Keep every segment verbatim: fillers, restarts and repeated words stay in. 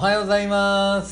おはようございます。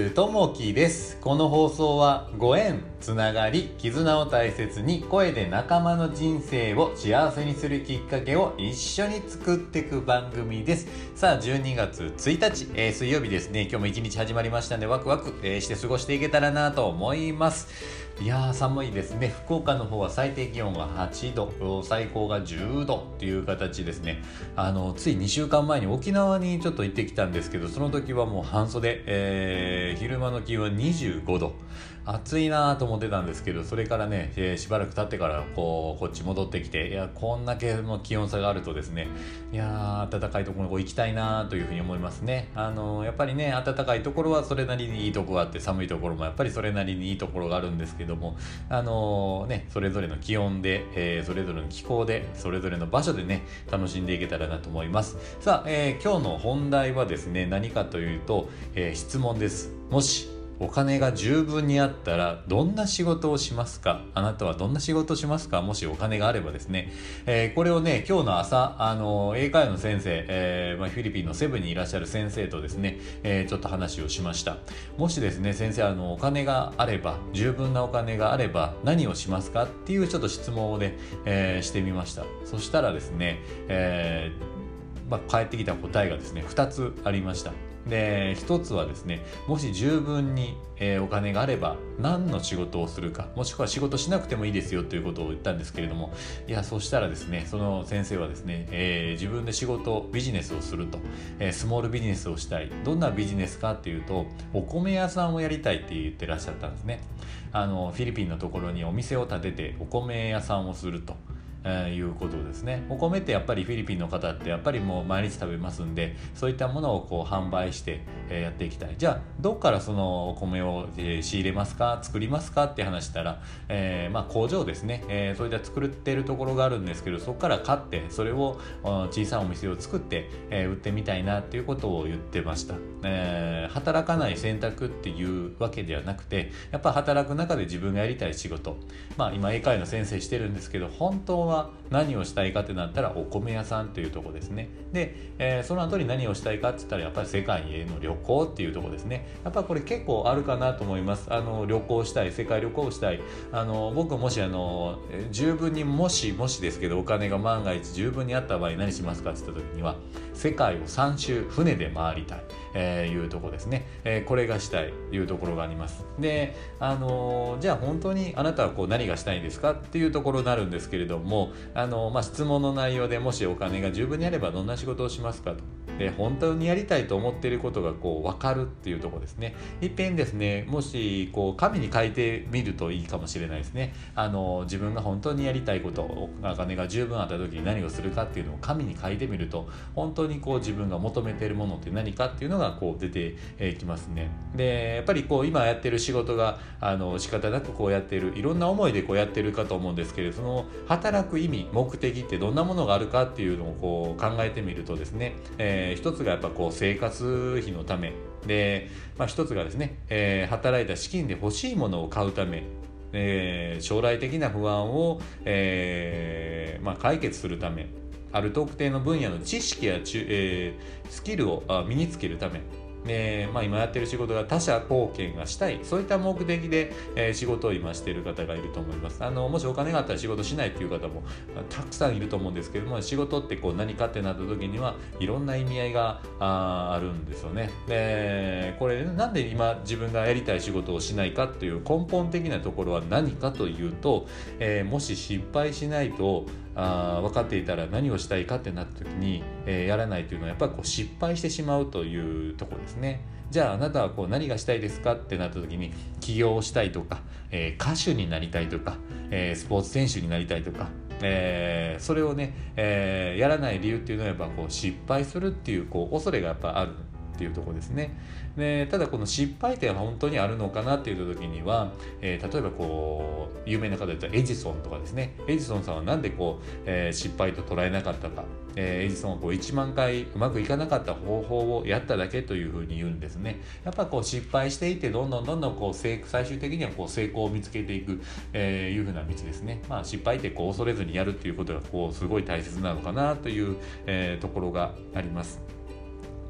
ともきです。この放送はご縁、つながり、絆を大切に声で仲間の人生を幸せにするきっかけを一緒に作っていく番組です。さあじゅうにがつついたち、えー、水曜日ですね。今日も一日始まりましたのでワクワク、えー、して過ごしていけたらなと思います。いやー寒いですね。福岡の方は最低気温がはちど、最高がじゅうどっていう形ですね。あのついにしゅうかんまえに沖縄にちょっと行ってきたんですけど、その時はもう半袖、えー、昼間の気温はにじゅうごど、暑いなと思ってたんですけど、それからね、えー、しばらく経ってからこうこっち戻ってきて、いやこんだけの気温差があるとですね、いやー暖かいところに行きたいなというふうに思いますね。あのー、やっぱりね、暖かいところはそれなりにいいところがあって、寒いところもやっぱりそれなりにいいところがあるんですけども、あのー、ね、それぞれの気温で、えー、それぞれの気候で、それぞれの場所でね楽しんでいけたらなと思います。さあ、えー、今日の本題はですね、何かというと、えー、質問です。もしお金が十分にあったらどんな仕事をしますか？あなたはどんな仕事をしますか？もしお金があればですね、えー、これをね今日の朝、あの英会話の先生、えーまあ、フィリピンのセブンにいらっしゃる先生とですね、えー、ちょっと話をしました。もしですね、先生、あのお金があれば、十分なお金があれば何をしますかっていうちょっと質問をね、えー、してみました。そしたらですね、えーまあ、返ってきた答えがですねふたつありました。で一つはですね、もし十分に、えー、お金があれば何の仕事をするか、もしくは仕事しなくてもいいですよということを言ったんですけれども、いやそしたらですね、その先生はですね、えー、自分で仕事ビジネスをすると、えー、スモールビジネスをしたい。どんなビジネスかっていうと、お米屋さんをやりたいって言ってらっしゃったんですね。あのフィリピンのところにお店を建ててお米屋さんをするとえー、いうことですね。お米ってやっぱりフィリピンの方ってやっぱりもう毎日食べますんで、そういったものをこう販売して、えー、やっていきたい。じゃあどっからそのお米を、えー、仕入れますか、作りますかって話したら、えーまあ、工場ですね、えー、そういった作っているところがあるんですけど、そこから買ってそれを小さいお店を作って、えー、売ってみたいなっていうことを言ってました。えー、働かない選択っていうわけではなくて、やっぱ働く中で自分がやりたい仕事、まあ今英会話の先生してるんですけど、本当は何をしたいかってなったらお米屋さんというところですね。で、えー、その後に何をしたいかって言ったらやっぱり世界への旅行っていうところですね。やっぱこれ結構あるかなと思います。あの旅行したい、世界旅行したい。あの僕もしあの十分にもしもしですけど、お金が万が一十分にあった場合何しますかって言った時には、世界をさん周船で回りたい、えー、いうところですね。えー、これがしたいいうところがあります。で、あのじゃあ本当にあなたはこう何がしたいんですかっていうところになるんですけれども、あの、まあ、質問の内容でもしお金が十分にあればどんな仕事をしますかと。で、本当にやりたいと思っていることがこう分かるっていうところですね。いっぺんですね、もしこう紙に書いてみるといいかもしれないですね。あの自分が本当にやりたいこと、お金が十分あった時に何をするかっていうのを紙に書いてみると、本当にこう自分が求めているものって何かっていうのがこう出てきますね。で、やっぱりこう今やってる仕事があの仕方なくこうやってる、いろんな思いでこうやってるかと思うんですけれど、その働く意味、目的ってどんなものがあるかっていうのをこう考えてみるとですね、えー、一つがやっぱこう生活費のためで、まあ、一つがですね、えー、働いた資金で欲しいものを買うため、えー、将来的な不安を、えーまあ、解決するため、ある特定の分野の知識や、えー、スキルを身につけるため、でまあ、今やってる仕事が他者貢献がしたい、そういった目的で、えー、仕事を今している方がいると思います。あのもしお金があったら仕事しないっていう方もたくさんいると思うんですけども、仕事ってこう何かってなった時にはいろんな意味合いが あ, あるんですよね。でこれなんで今自分がやりたい仕事をしないかという根本的なところは何かというと、えー、もし失敗しないとあ分かっていたら何をしたいかってなった時に、えー、やらないというのはやっぱりこう失敗してしまうというところですね。じゃああなたはこう何がしたいですかってなった時に、起業したいとか、えー、歌手になりたいとか、えー、スポーツ選手になりたいとか、えー、それをね、えー、やらない理由っていうのはやっぱこう失敗するっていうこう恐れがやっぱあるっていうところですね。でただこの失敗点は本当にあるのかなっていう時には、えー、例えばこう有名な方で言ったらエジソンとかですね。エジソンさんはなんでこう、えー、失敗と捉えなかったか、えー、エジソンはこういちまんかいうまくいかなかった方法をやっただけというふうに言うんですね。やっぱこう失敗していってどんどんどんどんこう最終的にはこう成功を見つけていく、えー、いうふうな道ですね。まあ失敗ってこう恐れずにやるっていうことがこうすごい大切なのかなという、えー、ところがあります。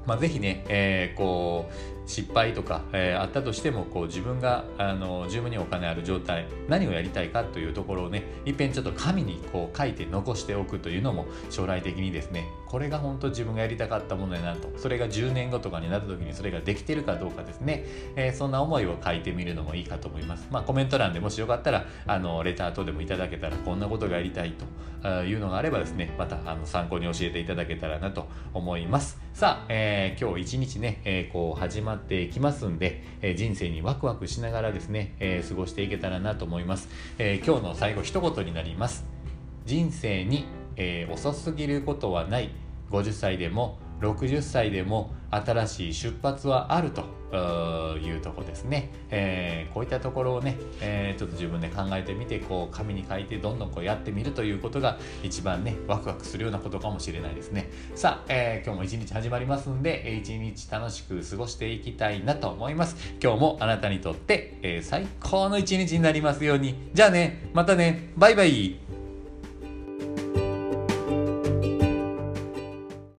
まあ、ぜひね、えー、こう失敗とか、えー、あったとしてもこう自分があの十分にお金ある状態、何をやりたいかというところをね、いっぺんちょっと紙にこう書いて残しておくというのも将来的にですね、これが本当自分がやりたかったものやなと、それがじゅうねんごとかになった時にそれができてるかどうかですね、えー、そんな思いを書いてみるのもいいかと思います。まあ、コメント欄でもしよかったらあのレター等でもいただけたら、こんなことがやりたいというのがあればですね、またあの参考に教えていただけたらなと思います。さあ、えー、今日一日ね、えー、こう始まっていきますんで、えー、人生にワクワクしながらですね、えー、過ごしていけたらなと思います。えー、今日の最後一言になります。人生に、えー、遅すぎることはない。ごじゅっさいでもろくじゅっさいでも新しい出発はあるというところですね、えー、こういったところをね、えー、ちょっと自分で考えてみて、こう紙に書いてどんどんこうやってみるということが一番ねワクワクするようなことかもしれないですね。さあ、えー、今日も一日始まりますんで、一日楽しく過ごしていきたいなと思います。今日もあなたにとって、えー、最高の一日になりますように。じゃあね、またね、バイバイ。